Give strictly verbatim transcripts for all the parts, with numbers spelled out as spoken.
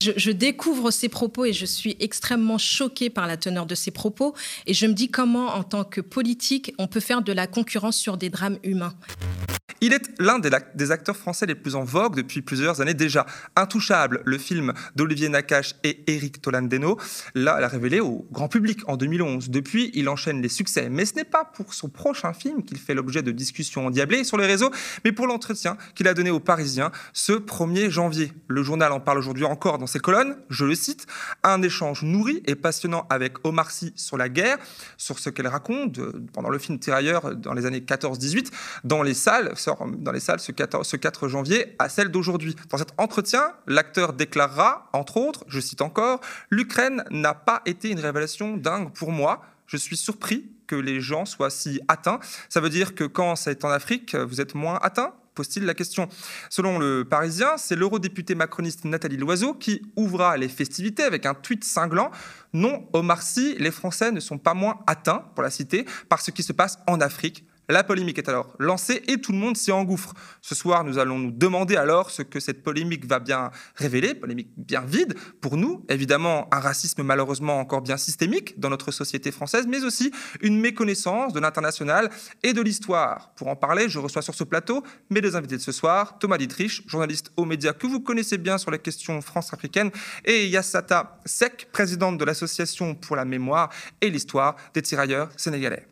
Je, je découvre ces propos et je suis extrêmement choquée par la teneur de ces propos. Et je me dis comment, en tant que politique, on peut faire de la concurrence sur des drames humains. Il est l'un des acteurs français les plus en vogue depuis plusieurs années déjà. Intouchable, le film d'Olivier Nakache et Éric Toledano, l'a révélé au grand public en deux mille onze. Depuis, il enchaîne les succès. Mais ce n'est pas pour son prochain film qu'il fait l'objet de discussions endiablées sur les réseaux, mais pour l'entretien qu'il a donné aux Parisiens ce premier janvier. Le journal en parle aujourd'hui encore dans ses colonnes. Je le cite, un échange nourri et passionnant avec Omar Sy sur la guerre, sur ce qu'elle raconte pendant le film Tirailleurs dans les années quatorze dix-huit, dans les salles, dans les salles ce quatre janvier à celle d'aujourd'hui. Dans cet entretien, l'acteur déclarera, entre autres, je cite encore, « L'Ukraine n'a pas été une révélation dingue pour moi. Je suis surpris que les gens soient si atteints. Ça veut dire que quand c'est en Afrique, vous êtes moins atteints ?» pose-t-il la question. Selon le Parisien, c'est l'eurodéputée macroniste Nathalie Loiseau qui ouvra les festivités avec un tweet cinglant. Non, Omar Sy, les Français ne sont pas moins atteints, pour la citer, par ce qui se passe en Afrique. La polémique est alors lancée et tout le monde s'y engouffre. Ce soir, nous allons nous demander alors ce que cette polémique va bien révéler, polémique bien vide pour nous, évidemment un racisme malheureusement encore bien systémique dans notre société française, mais aussi une méconnaissance de l'international et de l'histoire. Pour en parler, je reçois sur ce plateau mes deux invités de ce soir, Thomas Dietrich, journaliste aux médias que vous connaissez bien sur les questions france-africaines, et Yassata Seck, présidente de l'Association pour la mémoire et l'histoire des tirailleurs sénégalais.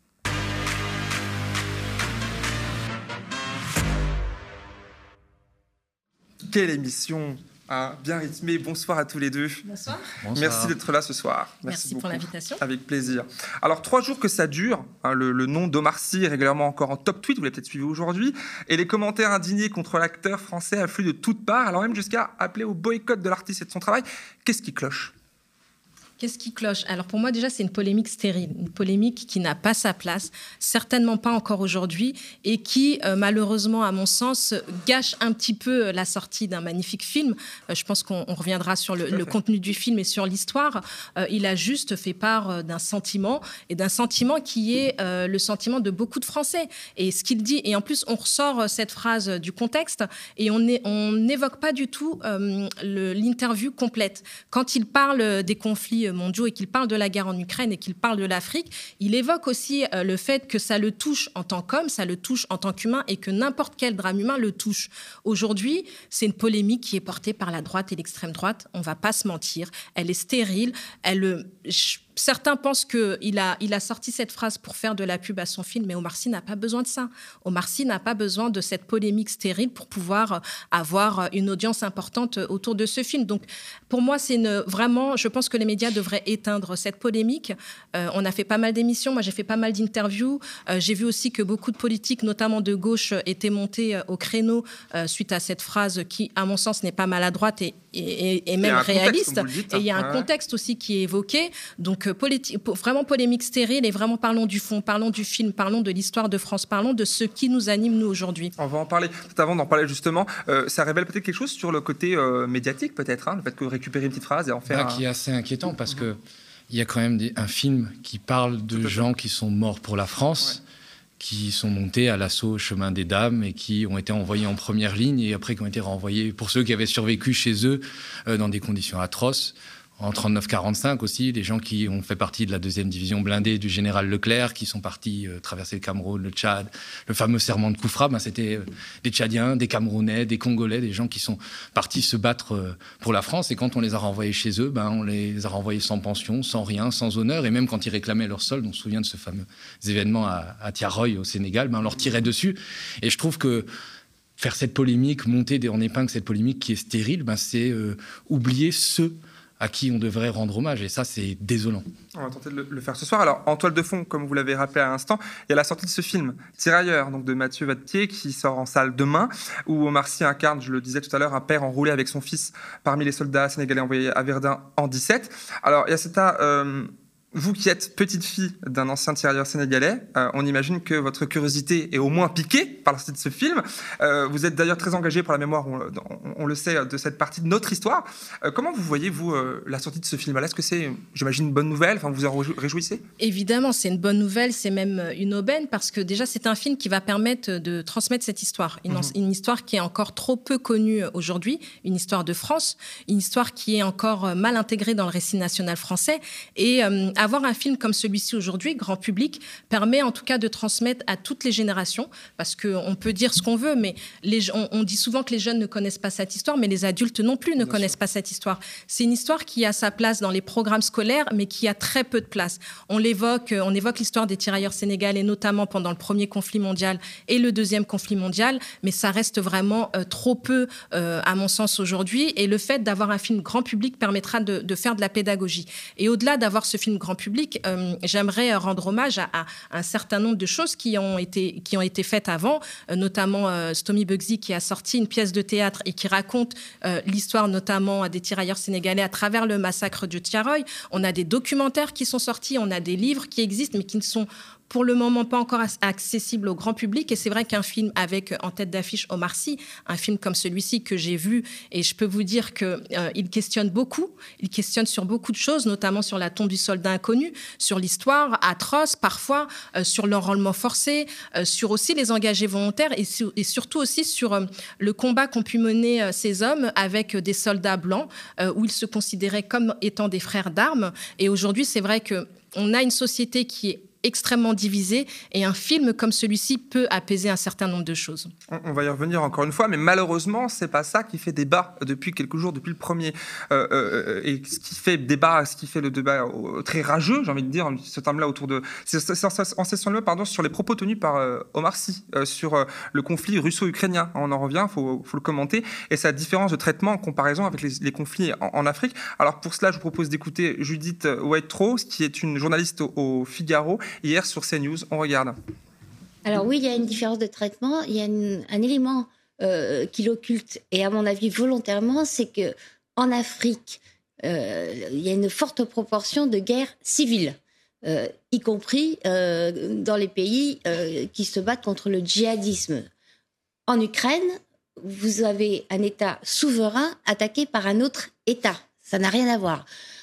Quelle émission hein, bien rythmée. Bonsoir à tous les deux. Bonsoir. Bonsoir. Merci d'être là ce soir. Merci, Merci pour l'invitation. Avec plaisir. Alors, trois jours que ça dure. Hein, le, le nom d'Omar Sy est régulièrement encore en top tweet. Vous l'avez peut-être suivi aujourd'hui. Et les commentaires indignés contre l'acteur français affluent de toutes parts, alors même jusqu'à appeler au boycott de l'artiste et de son travail. Qu'est-ce qui cloche ? Qu'est-ce qui cloche ? Alors pour moi déjà c'est une polémique stérile, une polémique qui n'a pas sa place, certainement pas encore aujourd'hui, et qui euh, malheureusement à mon sens gâche un petit peu la sortie d'un magnifique film. Euh, je pense qu'on on reviendra sur le, le contenu du film et sur l'histoire. Euh, il a juste fait part euh, d'un sentiment, et d'un sentiment qui est euh, le sentiment de beaucoup de Français. Et ce qu'il dit, et en plus on ressort euh, cette phrase du contexte, et on n'évoque pas du tout euh, le, l'interview complète. Quand il parle des conflits mondiaux et qu'il parle de la guerre en Ukraine et qu'il parle de l'Afrique, il évoque aussi euh, le fait que ça le touche en tant qu'homme, ça le touche en tant qu'humain et que n'importe quel drame humain le touche. Aujourd'hui, c'est une polémique qui est portée par la droite et l'extrême droite. On ne va pas se mentir. Elle est stérile. Elle... Je... Certains pensent qu'il a, il a sorti cette phrase pour faire de la pub à son film, mais Omar Sy n'a pas besoin de ça. Omar Sy n'a pas besoin de cette polémique stérile pour pouvoir avoir une audience importante autour de ce film. Donc, pour moi, c'est une, vraiment, je pense que les médias devraient éteindre cette polémique. Euh, on a fait pas mal d'émissions, moi j'ai fait pas mal d'interviews. Euh, j'ai vu aussi que beaucoup de politiques, notamment de gauche, étaient montés au créneau euh, suite à cette phrase qui, à mon sens, n'est pas maladroite et, et, et même réaliste. Dites, et il y a un ouais. contexte aussi qui est évoqué. Donc, Politi- vraiment polémique stérile et vraiment parlons du fond, parlons du film, parlons de l'histoire de France, parlons de ce qui nous anime nous aujourd'hui. On va en parler. Peut-être avant d'en parler justement, euh, ça révèle peut-être quelque chose sur le côté euh, médiatique peut-être, hein, le fait que récupérer une petite phrase et en faire. Bah, un... Qui est assez inquiétant parce que il y a quand même des, un film qui parle de gens qui sont morts pour la France. Ouais. Qui sont montés à l'assaut au chemin des dames et qui ont été envoyés en première ligne et après qui ont été renvoyés pour ceux qui avaient survécu chez eux euh, dans des conditions atroces. En trente-neuf quarante-cinq aussi, des gens qui ont fait partie de la deuxième division blindée du général Leclerc, qui sont partis euh, traverser le Cameroun, le Tchad, le fameux serment de Koufra, ben c'était euh, des Tchadiens, des Camerounais, des Congolais, des gens qui sont partis se battre euh, pour la France. Et quand on les a renvoyés chez eux, ben on les a renvoyés sans pension, sans rien, sans honneur. Et même quand ils réclamaient leur solde, on se souvient de ce fameux événement à, à Tiaroy au Sénégal, ben on leur tirait dessus. Et je trouve que faire cette polémique, monter en épingle cette polémique qui est stérile, ben c'est euh, oublier ceux à qui on devrait rendre hommage. Et ça, c'est désolant. On va tenter de le faire ce soir. Alors, en toile de fond, comme vous l'avez rappelé à l'instant, il y a la sortie de ce film, Tirailleurs, donc de Mathieu Vadepied, qui sort en salle demain, où Omar Sy incarne, je le disais tout à l'heure, un père enroulé avec son fils parmi les soldats sénégalais envoyés à Verdun en dix-sept. Alors, il y a cette... Euh, Vous qui êtes petite fille d'un ancien tirailleur sénégalais, euh, on imagine que votre curiosité est au moins piquée par la sortie de ce film. Euh, vous êtes d'ailleurs très engagé pour la mémoire, on, on, on le sait, de cette partie de notre histoire. Euh, comment vous voyez, vous, euh, la sortie de ce film-là? Est-ce que c'est, j'imagine, une bonne nouvelle? Enfin, vous vous en réjouissez? Évidemment, c'est une bonne nouvelle, c'est même une aubaine, parce que déjà, c'est un film qui va permettre de transmettre cette histoire. Une, mmh. une histoire qui est encore trop peu connue aujourd'hui, une histoire de France, une histoire qui est encore mal intégrée dans le récit national français. Et euh, avoir un film comme celui-ci aujourd'hui, grand public, permet en tout cas de transmettre à toutes les générations, parce qu'on peut dire ce qu'on veut, mais les, on, on dit souvent que les jeunes ne connaissent pas cette histoire, mais les adultes non plus ne Bien connaissent sûr. pas cette histoire. C'est une histoire qui a sa place dans les programmes scolaires, mais qui a très peu de place. On l'évoque, on évoque l'histoire des tirailleurs sénégalais, notamment pendant le premier conflit mondial et le deuxième conflit mondial, mais ça reste vraiment euh, trop peu, euh, à mon sens, aujourd'hui. Et le fait d'avoir un film grand public permettra de, de faire de la pédagogie. Et au-delà d'avoir ce film grand public, Euh, j'aimerais rendre hommage à, à un certain nombre de choses qui ont été, qui ont été faites avant, euh, notamment euh, Stomy Bugsy qui a sorti une pièce de théâtre et qui raconte euh, l'histoire notamment des tirailleurs sénégalais à travers le massacre du Tiaroy. On a des documentaires qui sont sortis, on a des livres qui existent mais qui ne sont pour le moment pas encore accessible au grand public. Et c'est vrai qu'un film avec en tête d'affiche Omar Sy, un film comme celui-ci que j'ai vu, et je peux vous dire qu'il euh, questionne beaucoup, il questionne sur beaucoup de choses, notamment sur la tombe du soldat inconnu, sur l'histoire atroce parfois, euh, sur l'enrôlement forcé, euh, sur aussi les engagés volontaires et, sur, et surtout aussi sur euh, le combat qu'ont pu mener euh, ces hommes avec euh, des soldats blancs, euh, où ils se considéraient comme étant des frères d'armes. Et aujourd'hui, c'est vrai qu'on a une société qui est extrêmement divisé, et un film comme celui-ci peut apaiser un certain nombre de choses. On, on va y revenir encore une fois, mais malheureusement, c'est pas ça qui fait débat depuis quelques jours, depuis le premier. Euh, euh, et ce qui fait débat, ce qui fait le débat euh, très rageux, j'ai envie de dire, ce terme-là autour de, c'est, c'est, c'est, en session pardon, sur les propos tenus par euh, Omar Sy euh, sur euh, le conflit russo-ukrainien. On en revient, faut, faut le commenter, et sa différence de traitement en comparaison avec les, les conflits en, en Afrique. Alors pour cela, je vous propose d'écouter Judith White-Rose, qui est une journaliste au, au Figaro. Hier sur CNews, on regarde. Alors oui, il y a une différence de traitement. Il y a une, un élément euh, qui l'occulte, et à mon avis volontairement, c'est que en Afrique, euh, il y a une forte proportion de guerres civiles, euh, y compris euh, dans les pays euh, qui se battent contre le djihadisme. En Ukraine, vous avez un État souverain attaqué par un autre État. Ça n'a rien à voir.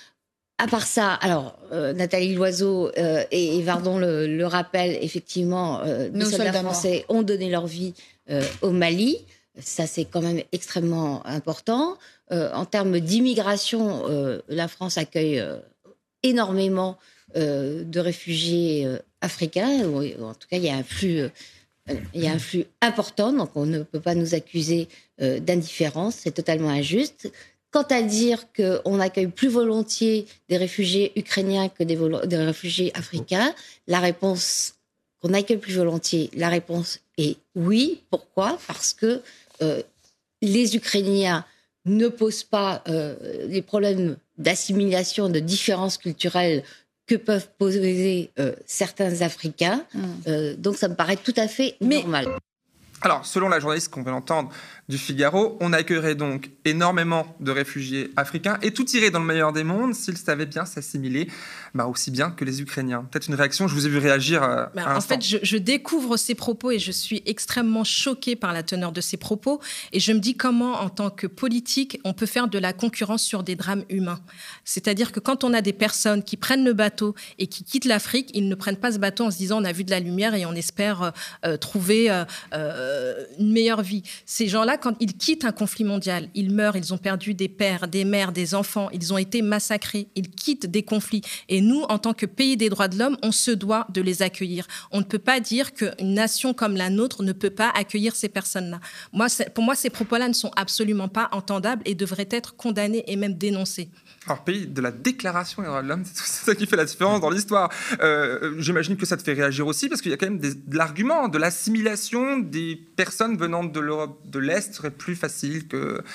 À part ça, alors euh, Nathalie Loiseau euh, et, et Vardon le, le rappellent, effectivement, euh, des soldats, soldats français ont donné leur vie euh, au Mali. Ça, c'est quand même extrêmement important. Euh, en termes d'immigration, euh, la France accueille euh, énormément euh, de réfugiés euh, africains. Ou, ou en tout cas, il y a un flux, euh, il y a un flux important, donc on ne peut pas nous accuser euh, d'indifférence. C'est totalement injuste. Quant à dire qu'on accueille plus volontiers des réfugiés ukrainiens que des, volo- des réfugiés africains, la réponse, qu'on accueille plus volontiers, la réponse est oui. Pourquoi ? Parce que euh, les Ukrainiens ne posent pas euh, les problèmes d'assimilation, de différences culturelles que peuvent poser euh, certains Africains. Mmh. Euh, donc ça me paraît tout à fait Mais... normal. Alors, selon la journaliste qu'on vient d'entendre du Figaro, on accueillerait donc énormément de réfugiés africains et tout irait dans le meilleur des mondes s'ils savaient bien s'assimiler, bah, aussi bien que les Ukrainiens. Peut-être une réaction, je vous ai vu réagir euh, bah, à En l'instant. fait, je, je découvre ces propos et je suis extrêmement choquée par la teneur de ces propos, et je me dis comment, en tant que politique, on peut faire de la concurrence sur des drames humains. C'est-à-dire que quand on a des personnes qui prennent le bateau et qui quittent l'Afrique, ils ne prennent pas ce bateau en se disant on a vu de la lumière et on espère euh, trouver euh, euh, une meilleure vie. Ces gens-là, quand ils quittent un conflit mondial, ils meurent, ils ont perdu des pères, des mères, des enfants, ils ont été massacrés, ils quittent des conflits. Et nous, en tant que pays des droits de l'homme, on se doit de les accueillir. On ne peut pas dire qu'une nation comme la nôtre ne peut pas accueillir ces personnes-là. Moi, pour moi, ces propos-là ne sont absolument pas entendables et devraient être condamnés et même dénoncés. Alors, pays de la déclaration des droits de l'homme, c'est ça qui fait la différence dans l'histoire. Euh, j'imagine que ça te fait réagir aussi, parce qu'il y a quand même des, de l'argument, de l'assimilation des personnes venant de l'Europe de l'Est serait plus facile que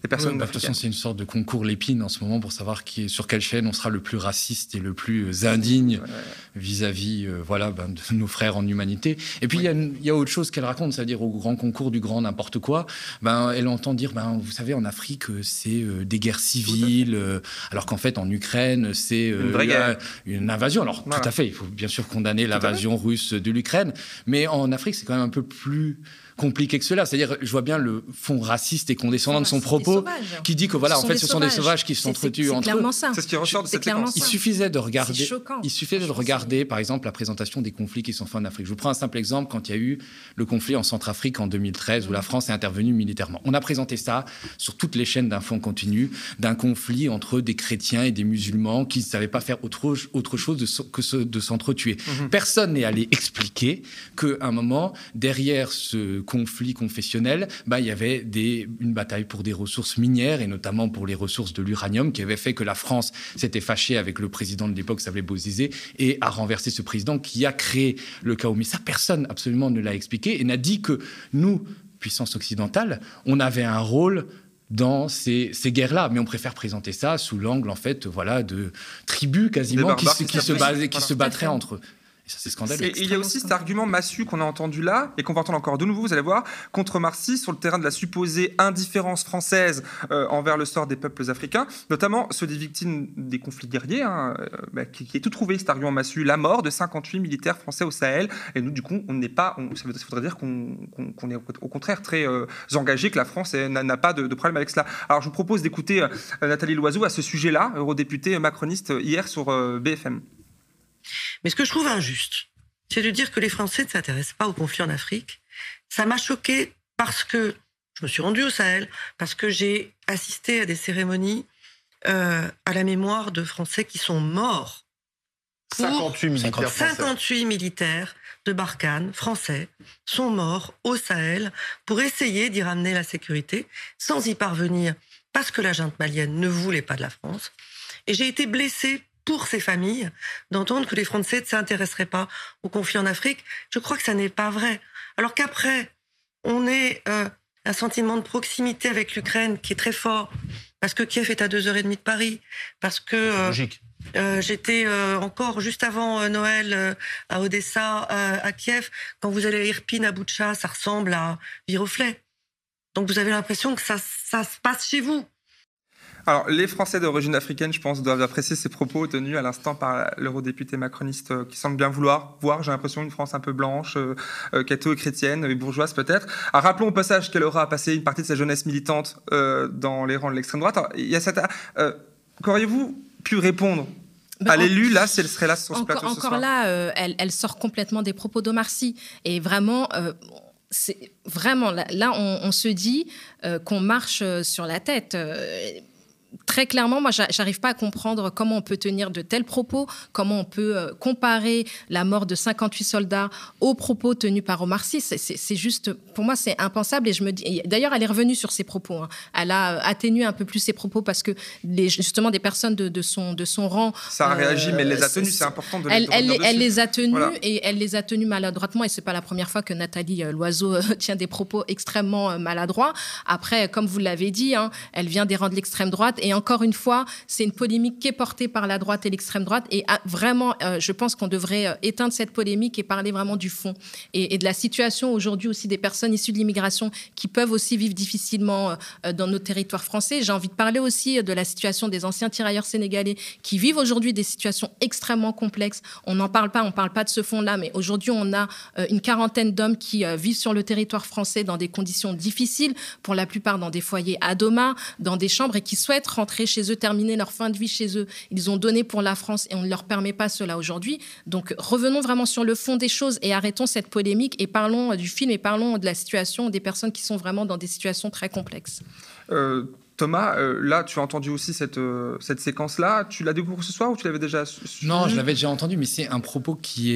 les personnes ouais, bah, de toute façon, c'est une sorte de concours Lépine en ce moment pour savoir qui est, sur quelle chaîne on sera le plus raciste et le plus indigne ouais. vis-à-vis euh, voilà, ben, de nos frères en humanité. Et puis, il oui. y, y a autre chose qu'elle raconte, c'est-à-dire au grand concours du grand n'importe quoi, ben, elle entend dire, ben, vous savez, en Afrique, c'est euh, des guerres civiles, euh, alors qu'en fait, en Ukraine, c'est euh, une, vraie guerre. une invasion. Alors, voilà. Tout à fait, il faut bien sûr condamner tout l'invasion russe de l'Ukraine, mais en Afrique, c'est quand même un peu plus compliqué que cela. C'est-à-dire, je vois bien le fond raciste et condescendant de son propos qui dit que, voilà, en fait, ce sont des sauvages qui s'entretuent entre eux. Ça. C'est ce qui ressort de cette séquence. Il suffisait de regarder, il suffisait de regarder, par exemple, la présentation des conflits qui sont faits en Afrique. Je vous prends un simple exemple, quand il y a eu le conflit en Centrafrique en deux mille treize, où la France est intervenue militairement. On a présenté ça sur toutes les chaînes d'infos en continu, d'un conflit entre des chrétiens et des musulmans qui ne savaient pas faire autre, autre chose de, que de s'entretuer. Mm-hmm. Personne n'est allé expliquer qu'à un moment, derrière ce conflit confessionnel, bah, il y avait des, une bataille pour des ressources minières, et notamment pour les ressources de l'uranium, qui avait fait que la France s'était fâchée avec le président de l'époque, s'appelait Bozizé, et a renversé ce président qui a créé le chaos. Mais ça, personne absolument ne l'a expliqué et n'a dit que nous, puissance occidentale, on avait un rôle dans ces, ces guerres-là, mais on préfère présenter ça sous l'angle en fait, voilà, de tribus quasiment qui, qui, qui, se, bas, qui se battraient entre eux. Et ça, c'est scandaleux. Et il y a aussi cet argument massu qu'on a entendu là, et qu'on va entendre encore de nouveau, vous allez voir, contre Marcy, sur le terrain de la supposée indifférence française euh, envers le sort des peuples africains, notamment ceux des victimes des conflits guerriers, hein, euh, bah, qui, qui est tout trouvé, cet argument massu, la mort de cinquante-huit militaires français au Sahel, et nous, du coup, on n'est pas, on, ça voudrait dire qu'on, qu'on, qu'on est au contraire très euh, engagé, que la France est, n'a, n'a pas de, de problème avec cela. Alors, je vous propose d'écouter euh, Nathalie Loiseau à ce sujet-là, eurodéputée macroniste, hier sur euh, B F M. Mais ce que je trouve injuste, c'est de dire que les Français ne s'intéressent pas au conflit en Afrique. Ça m'a choquée parce que je me suis rendue au Sahel, parce que j'ai assisté à des cérémonies euh, à la mémoire de Français qui sont morts. cinquante-huit militaires français. cinquante-huit militaires de Barkhane, français, sont morts au Sahel pour essayer d'y ramener la sécurité, sans y parvenir, parce que la junte malienne ne voulait pas de la France. Et j'ai été blessée pour ces familles, d'entendre que les Français ne s'intéresseraient pas au conflit en Afrique. Je crois que ça n'est pas vrai. Alors qu'après, on ait euh, un sentiment de proximité avec l'Ukraine qui est très fort, parce que Kiev est à deux heures trente de Paris, parce que euh, logique. Euh, j'étais euh, encore juste avant euh, Noël euh, à Odessa, euh, à Kiev. Quand vous allez à Irpin, à Boutcha, ça ressemble à Viroflay. Donc vous avez l'impression que ça, ça se passe chez vous. Alors, les Français d'origine africaine, je pense, doivent apprécier ces propos tenus à l'instant par l'eurodéputé macroniste euh, qui semble bien vouloir voir, j'ai l'impression, une France un peu blanche, euh, euh, catho-chrétienne et bourgeoise peut-être. Alors, rappelons au passage qu'elle aura passé une partie de sa jeunesse militante euh, dans les rangs de l'extrême droite. Alors, il y a cette, euh, qu'auriez-vous pu répondre Ben, à l'élu, là, si elle serait là sur ce encore, plateau ce encore soir. là, euh, elle, elle sort complètement des propos d'Omar Sy. Et vraiment... Euh, c'est vraiment là, là on, on se dit euh, qu'on marche sur la tête. Euh, Très clairement, moi, j'arrive pas à comprendre comment on peut tenir de tels propos, comment on peut euh, comparer la mort de cinquante-huit soldats aux propos tenus par Omar Sy. C'est, c'est, c'est juste, pour moi, c'est impensable. Et je me dis, d'ailleurs, elle est revenue sur ses propos. Hein. Elle a atténué un peu plus ses propos parce que les, justement des personnes de, de son de son rang. Ça a euh, réagi, mais elle les a tenus. C'est, c'est important de les Elle, elle, elle les a tenus voilà. et elle les a tenus maladroitement. Et c'est pas la première fois que Nathalie Loiseau euh, tient des propos extrêmement euh, maladroits. Après, comme vous l'avez dit, hein, elle vient des rangs de l'extrême droite. Et encore une fois, c'est une polémique qui est portée par la droite et l'extrême droite. Et ah, vraiment, euh, je pense qu'on devrait euh, éteindre cette polémique et parler vraiment du fond. Et, et de la situation aujourd'hui aussi des personnes issues de l'immigration qui peuvent aussi vivre difficilement euh, dans nos territoires français. J'ai envie de parler aussi de la situation des anciens tirailleurs sénégalais qui vivent aujourd'hui des situations extrêmement complexes. On n'en parle pas, on ne parle pas de ce fond-là, mais aujourd'hui, on a euh, une quarantaine d'hommes qui euh, vivent sur le territoire français dans des conditions difficiles, pour la plupart dans des foyers à Doma, dans des chambres, et qui souhaitent rentrer chez eux, terminer leur fin de vie chez eux. Ils ont donné pour la France et on ne leur permet pas cela aujourd'hui. Donc revenons vraiment sur le fond des choses et arrêtons cette polémique et parlons du film et parlons de la situation des personnes qui sont vraiment dans des situations très complexes. Euh, Thomas, euh, là, tu as entendu aussi cette, euh, cette séquence-là. Tu l'as découvert ce soir ou tu l'avais déjà su... Non, je l'avais déjà entendu, mais c'est un propos qui est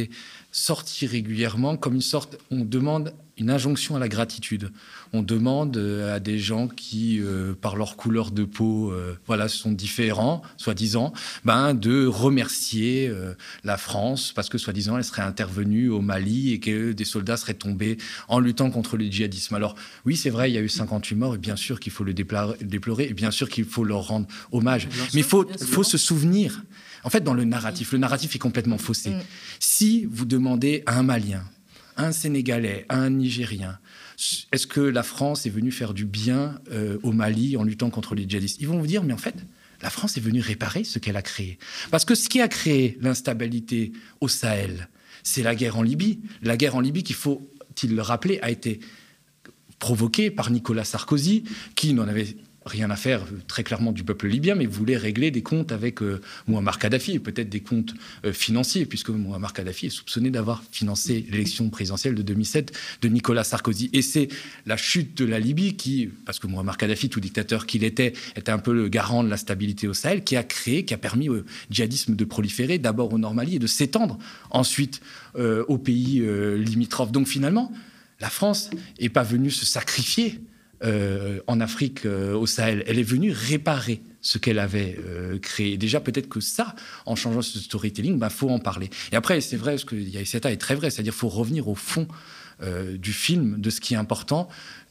sorti régulièrement comme une sorte... On demande une injonction à la gratitude. On demande à des gens qui, euh, par leur couleur de peau, euh, voilà, sont différents, soi-disant, ben, de remercier euh, la France parce que, soi-disant, elle serait intervenue au Mali et que des soldats seraient tombés en luttant contre le djihadisme. Alors, oui, c'est vrai, il y a eu cinquante-huit morts et bien sûr qu'il faut le déplorer et bien sûr qu'il faut leur rendre hommage. Bien Mais il faut, faut se souvenir. En fait, dans le narratif, le narratif est complètement faussé. Mmh. Si vous demandez à un Malien, à un Sénégalais, à un Nigérien, est-ce que la France est venue faire du bien euh, au Mali en luttant contre les djihadistes? Ils vont vous dire, mais en fait, la France est venue réparer ce qu'elle a créé. Parce que ce qui a créé l'instabilité au Sahel, c'est la guerre en Libye. La guerre en Libye, qu'il faut-il le rappeler, a été provoquée par Nicolas Sarkozy, qui n'en avait rien à faire très clairement du peuple libyen, mais voulait régler des comptes avec euh, Mouammar Kadhafi, et peut-être des comptes euh, financiers, puisque Mouammar Kadhafi est soupçonné d'avoir financé l'élection présidentielle de deux mille sept de Nicolas Sarkozy. Et c'est la chute de la Libye qui, parce que Mouammar Kadhafi, tout dictateur qu'il était, était un peu le garant de la stabilité au Sahel, qui a créé, qui a permis au djihadisme de proliférer, d'abord au Nord Mali et de s'étendre ensuite euh, aux pays euh, limitrophes. Donc finalement, la France n'est pas venue se sacrifier Euh, en Afrique, euh, au Sahel. Elle est venue réparer ce qu'elle avait euh, créé. Déjà, peut-être que ça, en changeant ce storytelling, il bah, faut en parler. Et après, c'est vrai, ce que Yaissata est très vrai, c'est-à-dire qu'il faut revenir au fond euh, du film, de ce qui est important,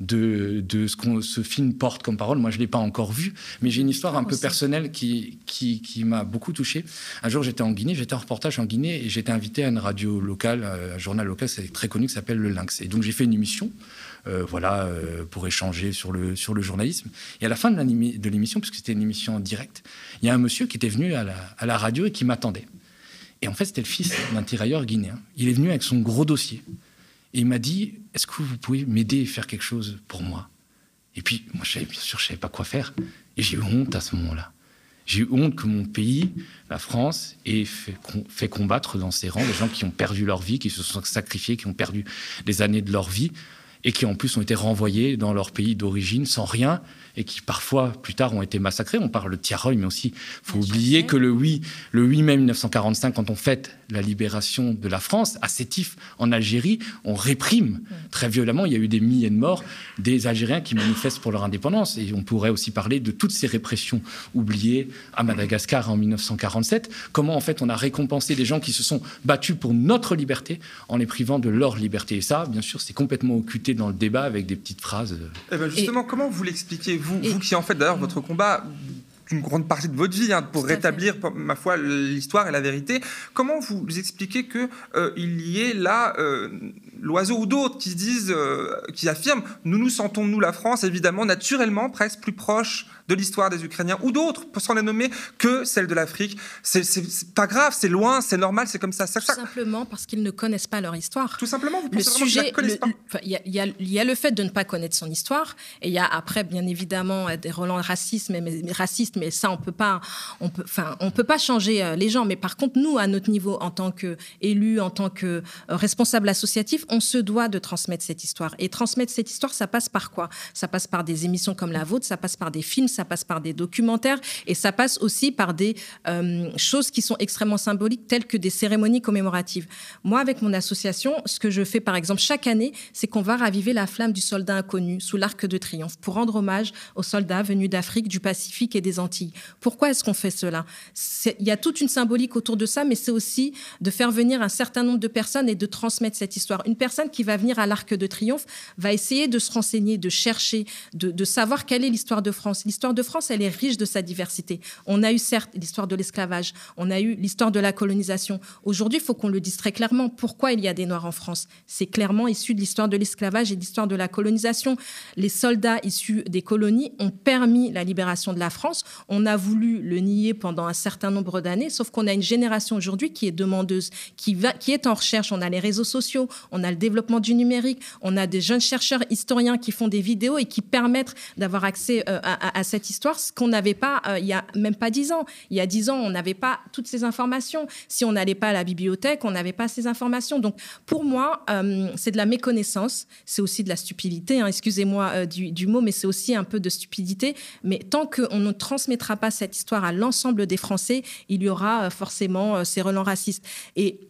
de, de ce que ce film porte comme parole. Moi, je ne l'ai pas encore vu, mais j'ai une histoire un peu personnelle qui, qui, qui m'a beaucoup touché. Un jour, j'étais en Guinée, j'étais en reportage en Guinée et j'étais invité à une radio locale, un journal local c'est très connu qui s'appelle Le Lynx. Et donc, j'ai fait une émission Euh, voilà, euh, pour échanger sur le, sur le journalisme. Et à la fin de, de l'émission, puisque c'était une émission en direct, il y a un monsieur qui était venu à la, à la radio et qui m'attendait. Et en fait, c'était le fils d'un tirailleur guinéen. Il est venu avec son gros dossier. Et il m'a dit, est-ce que vous pouvez m'aider à faire quelque chose pour moi? Et puis, moi, je savais, bien sûr, je ne savais pas quoi faire. Et j'ai eu honte à ce moment-là. J'ai eu honte que mon pays, la France, ait fait, fait combattre dans ses rangs des gens qui ont perdu leur vie, qui se sont sacrifiés, qui ont perdu des années de leur vie, et qui en plus ont été renvoyés dans leur pays d'origine sans rien, et qui parfois, plus tard, ont été massacrés. On parle de Tiaroy, mais aussi, il faut oublier que le huit mai mille neuf cent quarante-cinq, quand on fête la libération de la France, à Sétif, en Algérie, on réprime très violemment. Il y a eu des milliers de morts, des Algériens qui manifestent pour leur indépendance. Et on pourrait aussi parler de toutes ces répressions oubliées à Madagascar en mille neuf cent quarante-sept. Comment, en fait, on a récompensé des gens qui se sont battus pour notre liberté en les privant de leur liberté. Et ça, bien sûr, c'est complètement occulté dans le débat avec des petites phrases. Eh ben justement, et... comment vous l'expliquez, vous, et... vous qui en faites d'ailleurs votre combat une grande partie de votre vie hein, pour rétablir, ma foi, l'histoire et la vérité. Comment vous expliquez qu'il euh, y ait là euh, l'oiseau ou d'autres qui disent, euh, qui affirment, nous nous sentons, nous, la France, évidemment, naturellement, presque plus proche de l'histoire des Ukrainiens ou d'autres, sans les nommer, que celle de l'Afrique. C'est, c'est, c'est pas grave, c'est loin, c'est normal, c'est comme ça. ça Tout ça... simplement parce qu'ils ne connaissent pas leur histoire. Tout simplement, vous pensez le vraiment sujet, qu'ils ne la connaissent le, pas. Il y, y, y a le fait de ne pas connaître son histoire, et il y a après, bien évidemment, des relents racistes, mais, mais, racistes, mais ça, on peut pas, on peut, enfin, on peut pas changer euh, les gens. Mais par contre, nous, à notre niveau, en tant qu'élus, en tant que euh, responsables associatifs, on se doit de transmettre cette histoire. Et transmettre cette histoire, ça passe par quoi? Ça passe par des émissions comme la vôtre, ça passe par des films, ça passe par des documentaires, et ça passe aussi par des euh, choses qui sont extrêmement symboliques, telles que des cérémonies commémoratives. Moi, avec mon association, ce que je fais, par exemple, chaque année, c'est qu'on va raviver la flamme du soldat inconnu sous l'Arc de Triomphe pour rendre hommage aux soldats venus d'Afrique, du Pacifique et des Antilles. Pourquoi est-ce qu'on fait cela? Il y a toute une symbolique autour de ça, mais c'est aussi de faire venir un certain nombre de personnes et de transmettre cette histoire. Une personne qui va venir à l'Arc de Triomphe va essayer de se renseigner, de chercher, de, de savoir quelle est l'histoire de France. L'histoire de France, elle est riche de sa diversité. On a eu certes l'histoire de l'esclavage, on a eu l'histoire de la colonisation. Aujourd'hui, il faut qu'on le dise très clairement. Pourquoi il y a des Noirs en France? C'est clairement issu de l'histoire de l'esclavage et de l'histoire de la colonisation. Les soldats issus des colonies ont permis la libération de la France. On a voulu le nier pendant un certain nombre d'années, sauf qu'on a une génération aujourd'hui qui est demandeuse, qui, va, qui est en recherche. On a les réseaux sociaux, on a le développement du numérique, on a des jeunes chercheurs historiens qui font des vidéos et qui permettent d'avoir accès euh, à, à, à cette histoire, ce qu'on n'avait pas euh, il n'y a même pas dix ans. Il y a dix ans, on n'avait pas toutes ces informations. Si on n'allait pas à la bibliothèque, on n'avait pas ces informations. Donc, pour moi, euh, c'est de la méconnaissance, c'est aussi de la stupidité, hein, excusez-moi euh, du, du mot, mais c'est aussi un peu de stupidité. Mais tant qu'on ne transmettra pas cette histoire à l'ensemble des Français, il y aura euh, forcément euh, ces relents racistes. Et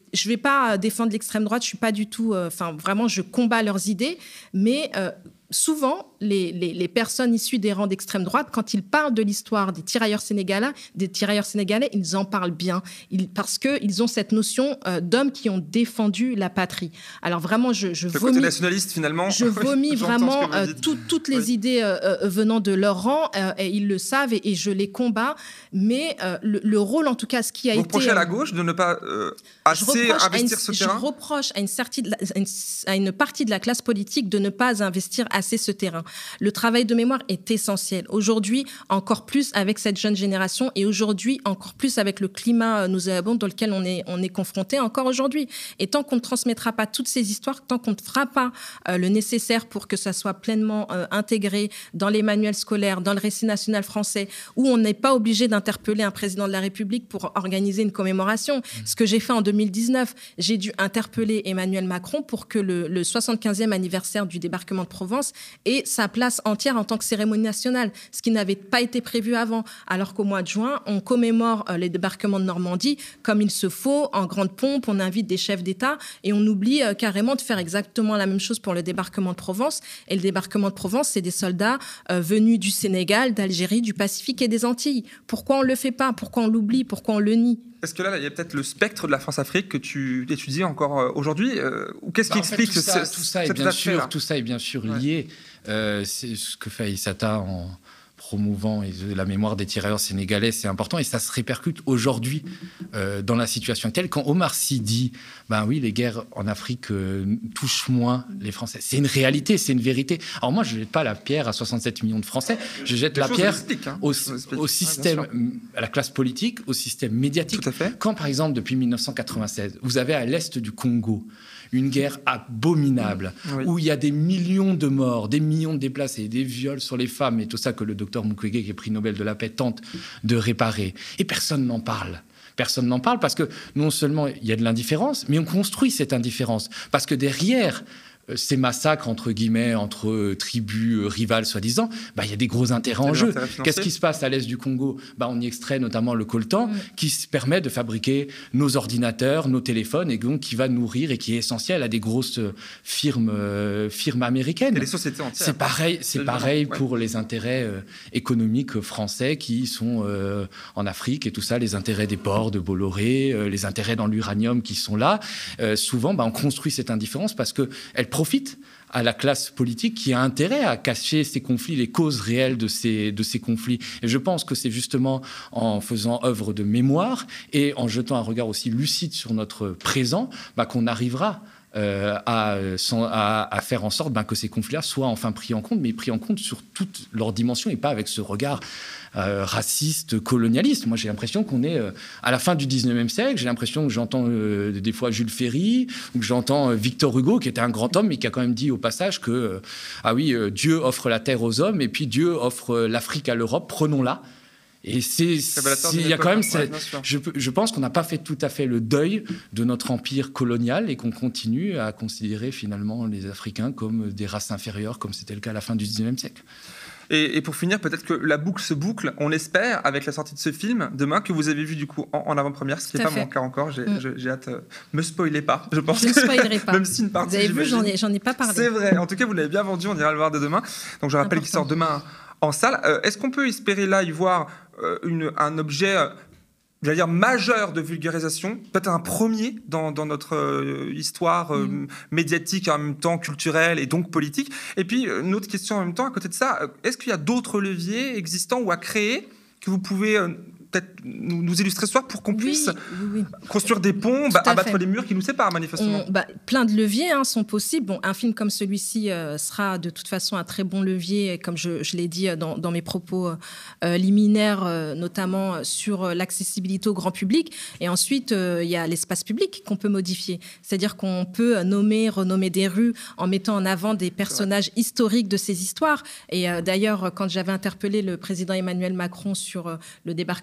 je ne vais pas défendre l'extrême droite, je suis pas du tout... Enfin, euh, vraiment, je combats leurs idées, mais... Euh, souvent, les, les, les personnes issues des rangs d'extrême droite, quand ils parlent de l'histoire des tirailleurs sénégalais, des tirailleurs sénégalais, ils en parlent bien, ils, parce qu'ils ont cette notion euh, d'hommes qui ont défendu la patrie. Alors vraiment, je, je Le vomis... côté nationaliste, finalement. Je vomis vraiment euh, tout, toutes les oui. idées euh, euh, venant de leur rang, euh, et ils le savent, et, et je les combats. Mais euh, le, le rôle, en tout cas, ce qui a Vous été... Vous reprochez à la gauche de ne pas euh, assez investir une, ce terrain? Je reproche à une, certi, à, une, à une partie de la classe politique de ne pas investir assez ce terrain. Le travail de mémoire est essentiel. Aujourd'hui, encore plus avec cette jeune génération, et aujourd'hui, encore plus avec le climat nauséabond dans lequel on est, on est confronté encore aujourd'hui. Et tant qu'on ne transmettra pas toutes ces histoires, tant qu'on ne fera pas euh, le nécessaire pour que ça soit pleinement euh, intégré dans les manuels scolaires, dans le récit national français, où on n'est pas obligé d'interpeller un président de la République pour organiser une commémoration. Mmh. Ce que j'ai fait en deux mille dix-neuf, j'ai dû interpeller Emmanuel Macron pour que le, le soixante-quinzième anniversaire du débarquement de Provence ait sa place entière en tant que cérémonie nationale, ce qui n'avait pas été prévu avant, alors qu'au mois de juin, on commémore euh, les débarquements de Normandie comme il se faut, en grande pompe, on invite des chefs d'État et on oublie euh, carrément de faire exactement la même chose pour le débarquement de Provence. Et le débarquement de Provence, c'est des soldats euh, venus du Sénégal, d'Algérie, du Pacifique et des Antilles. Pourquoi on ne le fait pas? Pourquoi on l'oublie? Pourquoi on le nie? Est-ce que là, il y a peut-être le spectre de la France-Afrique que tu étudies encore aujourd'hui euh, ou qu'est-ce bah, qui en fait, explique tout ça, ce, tout ça est bien sûr, tout ça est bien sûr lié. Ouais. Euh, c'est ce que fait Aïssata en promouvant la mémoire des tirailleurs sénégalais, c'est important et ça se répercute aujourd'hui euh, dans la situation actuelle. Quand Omar Sy dit, ben oui, les guerres en Afrique euh, touchent moins les Français, c'est une réalité, c'est une vérité. Alors moi, je ne jette pas la pierre à soixante-sept millions de Français, je jette la pierre hein, au, au système, ah, à la classe politique, au système médiatique. Tout à fait. Quand, par exemple, depuis mille neuf cent quatre-vingt-seize, vous avez à l'est du Congo une guerre abominable, oui. où il y a des millions de morts, des millions de déplacés, des viols sur les femmes, et tout ça que le docteur Mukwege, qui est prix Nobel de la paix, tente de réparer. Et personne n'en parle. Personne n'en parle parce que non seulement il y a de l'indifférence, mais on construit cette indifférence. Parce que derrière ces massacres, entre guillemets, entre euh, tribus euh, rivales, soi-disant, bah, il y a des gros intérêts en jeu. Qu'est-ce qui se passe à l'est du Congo? Bah, on y extrait notamment le coltan, mmh. qui permet de fabriquer nos ordinateurs, nos téléphones, et donc qui va nourrir et qui est essentiel à des grosses firmes, euh, firmes américaines. Et les sociétés entières. C'est pareil, c'est pareil ouais. pour les intérêts euh, économiques français qui sont euh, en Afrique et tout ça, les intérêts des ports de Bolloré, euh, les intérêts dans l'uranium qui sont là. Euh, souvent, bah, on construit cette indifférence parce qu'elle profite à la classe politique qui a intérêt à cacher ces conflits, les causes réelles de ces, de ces conflits. Et je pense que c'est justement en faisant œuvre de mémoire et en jetant un regard aussi lucide sur notre présent bah, qu'on arrivera Euh, à, à, à faire en sorte ben, que ces conflits-là soient enfin pris en compte, mais pris en compte sur toutes leurs dimensions et pas avec ce regard euh, raciste, colonialiste. Moi, j'ai l'impression qu'on est euh, à la fin du dix-neuvième siècle. J'ai l'impression que j'entends euh, des fois Jules Ferry ou que j'entends euh, Victor Hugo, qui était un grand homme, mais qui a quand même dit au passage que euh, ah oui, euh, Dieu offre la terre aux hommes et puis Dieu offre euh, l'Afrique à l'Europe. Prenons-la. Et c'est, il y a quand même, ouais, je, je pense qu'on n'a pas fait tout à fait le deuil de notre empire colonial et qu'on continue à considérer finalement les Africains comme des races inférieures, comme c'était le cas à la fin du dix-neuvième siècle. Et, et pour finir, peut-être que la boucle se boucle, on l'espère, avec la sortie de ce film demain que vous avez vu du coup en, en avant-première, ce qui n'est pas fait. Mon cas encore. J'ai, mm. j'ai hâte. Euh, me spoilez pas, je pense. Je ne spoilerai pas. Même si une partie. Vous avez vu, j'en ai, j'en ai pas parlé. C'est vrai. En tout cas, vous l'avez bien vendu. On ira le voir dès demain. Donc je rappelle Important. Qu'il sort demain en salle. Euh, est-ce qu'on peut espérer là y voir euh, une, un objet euh, j'allais dire majeur de vulgarisation, peut-être un premier dans, dans notre euh, histoire euh, mmh. médiatique et en même temps culturelle et donc politique. Et puis une autre question en même temps, à côté de ça, est-ce qu'il y a d'autres leviers existants ou à créer que vous pouvez euh, peut-être nous, nous illustrer ce soir pour qu'on puisse oui, oui, oui. construire des ponts, bah, abattre fait. les murs qui nous séparent manifestement. On, bah, plein de leviers hein, sont possibles. Bon, un film comme celui-ci euh, sera de toute façon un très bon levier, comme je, je l'ai dit dans, dans mes propos euh, liminaires, euh, notamment sur euh, l'accessibilité au grand public. Et ensuite, il euh, y a l'espace public qu'on peut modifier. C'est-à-dire qu'on peut nommer, renommer des rues en mettant en avant des personnages historiques de ces histoires. Et euh, d'ailleurs, quand j'avais interpellé le président Emmanuel Macron sur euh, le débarquement de Provence,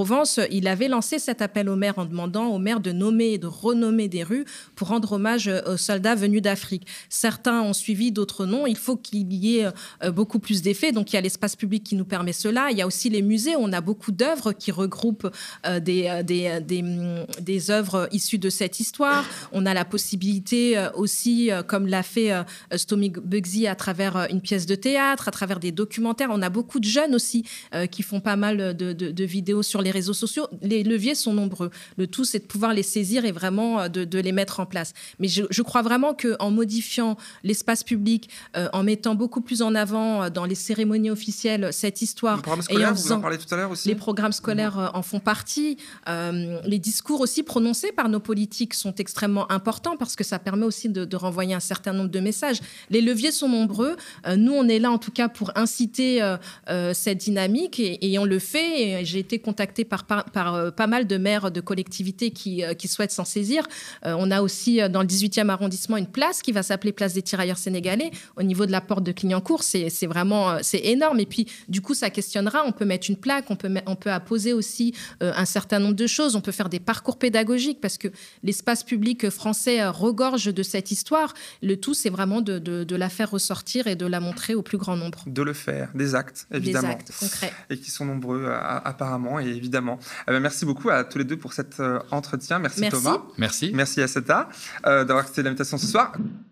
Provence, il avait lancé cet appel aux maires en demandant aux maires de nommer et de renommer des rues pour rendre hommage aux soldats venus d'Afrique. Certains ont suivi, d'autres non. Il faut qu'il y ait euh, beaucoup plus d'effets. Donc, il y a l'espace public qui nous permet cela. Il y a aussi les musées. On a beaucoup d'œuvres qui regroupent euh, des, euh, des, des, des œuvres issues de cette histoire. On a la possibilité euh, aussi, euh, comme l'a fait euh, Stomy Bugsy à travers euh, une pièce de théâtre, à travers des documentaires. On a beaucoup de jeunes aussi euh, qui font pas mal de, de, de vidéos sur les réseaux sociaux. Les leviers sont nombreux. Le tout, c'est de pouvoir les saisir et vraiment euh, de, de les mettre en place. Mais je, je crois vraiment qu'en modifiant l'espace public, euh, en mettant beaucoup plus en avant euh, dans les cérémonies officielles cette histoire... Les programmes scolaires, et en vous en parlez tout à l'heure aussi. Les programmes scolaires euh, en font partie. Euh, les discours aussi prononcés par nos politiques sont extrêmement importants parce que ça permet aussi de, de renvoyer un certain nombre de messages. Les leviers sont nombreux. Euh, nous, on est là en tout cas pour inciter euh, euh, cette dynamique et, et on le fait. Et j'ai été contactée par, par, par euh, pas mal de maires de collectivités qui, euh, qui souhaitent s'en saisir. Euh, on a aussi euh, dans le dix-huitième arrondissement une place qui va s'appeler Place des Tirailleurs Sénégalais au niveau de la porte de Clignancourt. C'est, c'est vraiment euh, c'est énorme. Et puis, du coup, ça questionnera. On peut mettre une plaque, on peut, met, on peut apposer aussi euh, un certain nombre de choses. On peut faire des parcours pédagogiques parce que l'espace public français euh, regorge de cette histoire. Le tout, c'est vraiment de, de, de la faire ressortir et de la montrer au plus grand nombre. De le faire, des actes, évidemment. Des actes concrets. Et qui sont nombreux, euh, apparemment, et évidemment. Eh bien, merci beaucoup à tous les deux pour cet euh, entretien. Merci, merci Thomas. Merci. Merci Asseta euh, d'avoir accepté l'invitation ce soir.